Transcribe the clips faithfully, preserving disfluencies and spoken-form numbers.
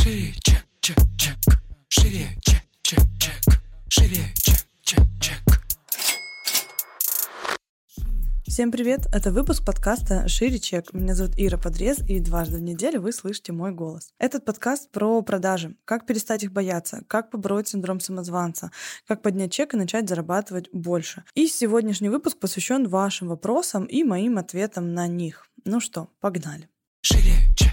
Шире, чек, чек, чек. Шире, чек, чек, чек. Шире, чек, чек, чек. Всем привет! Это выпуск подкаста «Шире чек». Меня зовут Ира Подрез, и дважды в неделю вы слышите мой голос. Этот подкаст про продажи, как перестать их бояться, как побороть синдром самозванца, как поднять чек и начать зарабатывать больше. И сегодняшний выпуск посвящен вашим вопросам и моим ответам на них. Ну что, погнали! Шире, чек.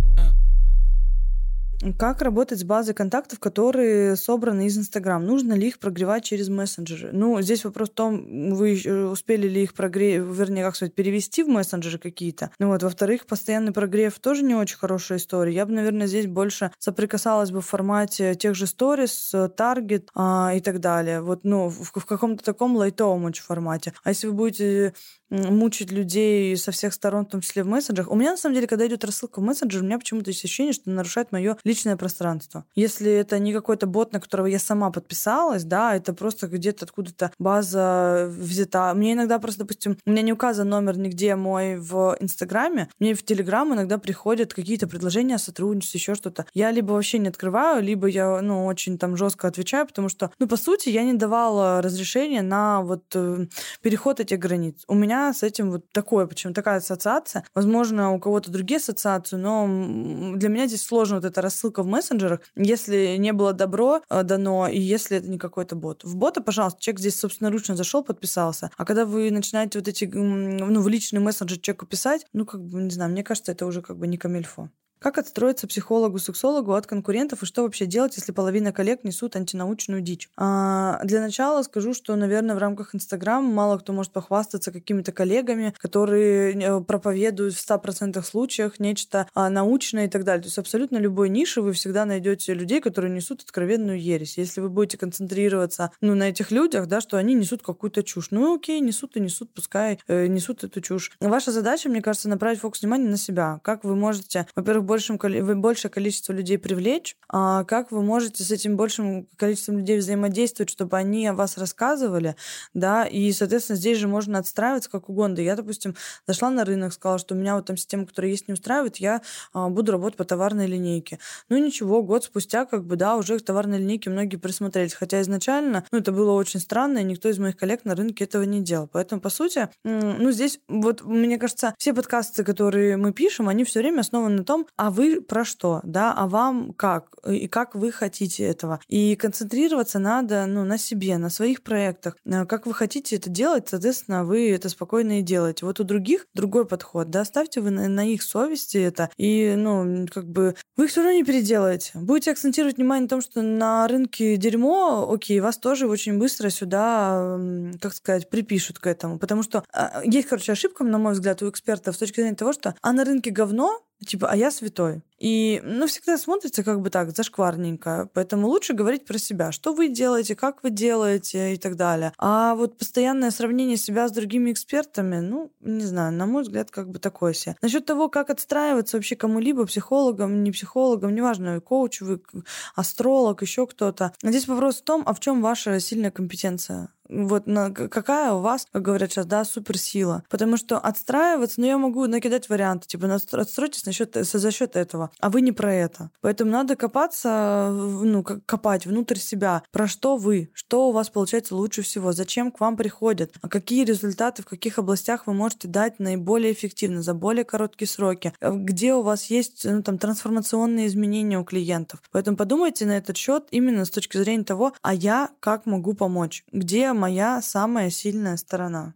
Как работать с базой контактов, которые собраны из Инстаграм? Нужно ли их прогревать через мессенджеры? Ну, здесь вопрос в том, вы успели ли их прогреть, вернее, как сказать, перевести в мессенджеры какие-то. Ну вот, во-вторых, постоянный прогрев тоже не очень хорошая история. Я бы, наверное, здесь больше соприкасалась бы в формате тех же сторис, таргет а, и так далее. Вот, ну, в, в каком-то таком лайтовом очень формате. А если вы будете мучить людей со всех сторон, в том числе в мессенджерах. У меня, на самом деле, когда идет рассылка в мессенджер, у меня почему-то есть ощущение, что нарушает мое личное пространство. Если это не какой-то бот, на которого я сама подписалась, да, это просто где-то откуда-то база взята. Мне иногда просто, допустим, у меня не указан номер нигде мой в Инстаграме, мне в Телеграм иногда приходят какие-то предложения о сотрудничестве, еще что-то. Я либо вообще не открываю, либо я, ну, очень там жестко отвечаю, потому что, ну, по сути, я не давала разрешения на вот э, переход этих границ. У меня с этим вот такое, почему такая ассоциация. Возможно, у кого-то другие ассоциации, но для меня здесь сложно вот эта рассылка в мессенджерах, если не было добро дано, и если это не какой-то бот. В бота, пожалуйста, человек здесь собственноручно зашел, подписался. А когда вы начинаете вот эти, ну, в личный мессенджер человеку писать, ну, как бы, не знаю, мне кажется, это уже как бы не камильфо. Как отстроиться психологу-сексологу от конкурентов и что вообще делать, если половина коллег несут антинаучную дичь? А, для начала скажу, что, наверное, в рамках Инстаграм мало кто может похвастаться какими-то коллегами, которые проповедуют в ста процентах случаях нечто а, научное и так далее. То есть абсолютно любой нише вы всегда найдете людей, которые несут откровенную ересь. Если вы будете концентрироваться, ну, на этих людях, да, что они несут какую-то чушь. Ну, окей, несут и несут, пускай э, несут эту чушь. Ваша задача, мне кажется, направить фокус внимания на себя. Как вы можете, во-первых, большим, большее количество людей привлечь, а как вы можете с этим большим количеством людей взаимодействовать, чтобы они о вас рассказывали, да, и, соответственно, здесь же можно отстраиваться как угодно. Я, допустим, зашла на рынок, сказала, что у меня вот там система, которая есть, не устраивает, я а, буду работать по товарной линейке. Ну, ничего, год спустя, как бы, да, уже к товарной линейке многие присмотрелись, хотя изначально, ну, это было очень странно, и никто из моих коллег на рынке этого не делал. Поэтому, по сути, ну, здесь, вот, мне кажется, все подкасты, которые мы пишем, они все время основаны на том, а вы про что, да, а вам как, и как вы хотите этого. И концентрироваться надо, ну, на себе, на своих проектах. Как вы хотите это делать, соответственно, вы это спокойно и делаете. Вот у других другой подход, да, ставьте вы на, на их совести это, и, ну, как бы, вы их все равно не переделаете. Будете акцентировать внимание на том, что на рынке дерьмо, окей, вас тоже очень быстро сюда, как сказать, припишут к этому, потому что есть, короче, ошибка, на мой взгляд, у экспертов с точки зрения того, что а на рынке говно, типа, а я святой. И, ну, всегда смотрится как бы так, зашкварненько. Поэтому лучше говорить про себя. Что вы делаете, как вы делаете и так далее. А вот постоянное сравнение себя с другими экспертами, ну, не знаю, на мой взгляд, как бы такое себе. Насчет того, как отстраиваться вообще кому-либо, психологом, не психологом, неважно, коуч вы, астролог, еще кто-то. Здесь вопрос в том, а в чем ваша сильная компетенция? Вот на, какая у вас, как говорят сейчас, да, суперсила. Потому что отстраиваться, ну, я могу накидать варианты, типа, отстройтесь насчет, за счет этого, а вы не про это. Поэтому надо копаться, ну, копать внутрь себя. Про что вы? Что у вас получается лучше всего? Зачем к вам приходят? А какие результаты, в каких областях вы можете дать наиболее эффективно, за более короткие сроки? Где у вас есть, ну, там, трансформационные изменения у клиентов? Поэтому подумайте на этот счет именно с точки зрения того, а я как могу помочь? Где моя самая сильная сторона?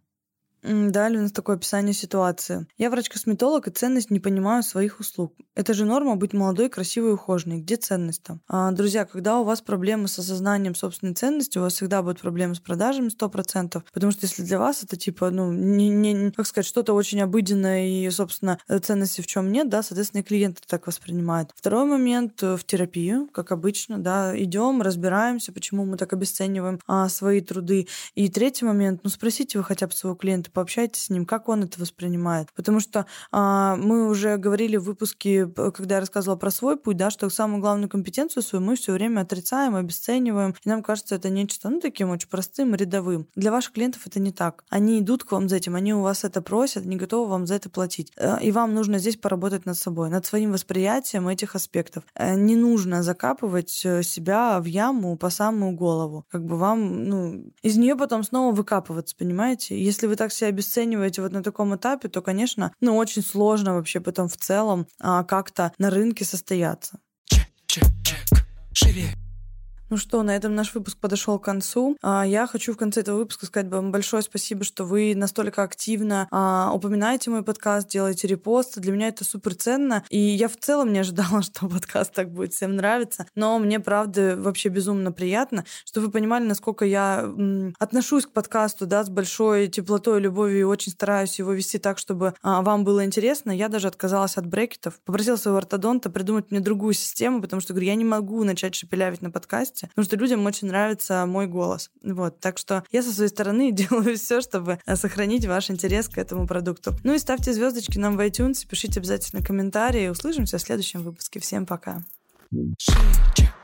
Далее у нас такое описание ситуации. Я врач-косметолог и ценность не понимаю своих услуг. Это же норма быть молодой, красивой и ухоженной. Где ценность там? А, друзья, когда у вас проблемы с осознанием собственной ценности, у вас всегда будут проблемы с продажами сто процентов. Потому что если для вас это типа, ну, не, не, как сказать, что-то очень обыденное и, собственно, ценности в чем нет, да, соответственно, и клиенты так воспринимают. Второй момент в терапию, как обычно, да, идем, разбираемся, почему мы так обесцениваем а, свои труды. И третий момент, ну, спросите вы хотя бы своего клиента, пообщайтесь с ним, как он это воспринимает. Потому что а, мы уже говорили в выпуске, когда я рассказывала про свой путь, да, что самую главную компетенцию свою мы все время отрицаем, обесцениваем, и нам кажется это нечто, ну, таким очень простым, рядовым. Для ваших клиентов это не так. Они идут к вам за этим, они у вас это просят, они готовы вам за это платить. И вам нужно здесь поработать над собой, над своим восприятием этих аспектов. Не нужно закапывать себя в яму по самую голову. Как бы вам, ну, из нее потом снова выкапываться, понимаете? Если вы так себя обесцениваете вот на таком этапе, то, конечно, ну, очень сложно вообще потом в целом а, как-то на рынке состояться. Чек, чек, чек. Живее. Ну что, на этом наш выпуск подошел к концу. Я хочу в конце этого выпуска сказать вам большое спасибо, что вы настолько активно упоминаете мой подкаст, делаете репосты. Для меня это супер ценно. И я в целом не ожидала, что подкаст так будет всем нравиться. Но мне, правда, вообще безумно приятно, что вы понимали, насколько я отношусь к подкасту, да, с большой теплотой, любовью и очень стараюсь его вести так, чтобы вам было интересно. Я даже отказалась от брекетов. Попросила своего ортодонта придумать мне другую систему, потому что, говорю, я не могу начать шепелявить на подкасте, потому что людям очень нравится мой голос. Вот. Так что я со своей стороны делаю все, чтобы сохранить ваш интерес к этому продукту. Ну и ставьте звездочки нам в iTunes, пишите обязательно комментарии. Услышимся в следующем выпуске. Всем пока. Живее.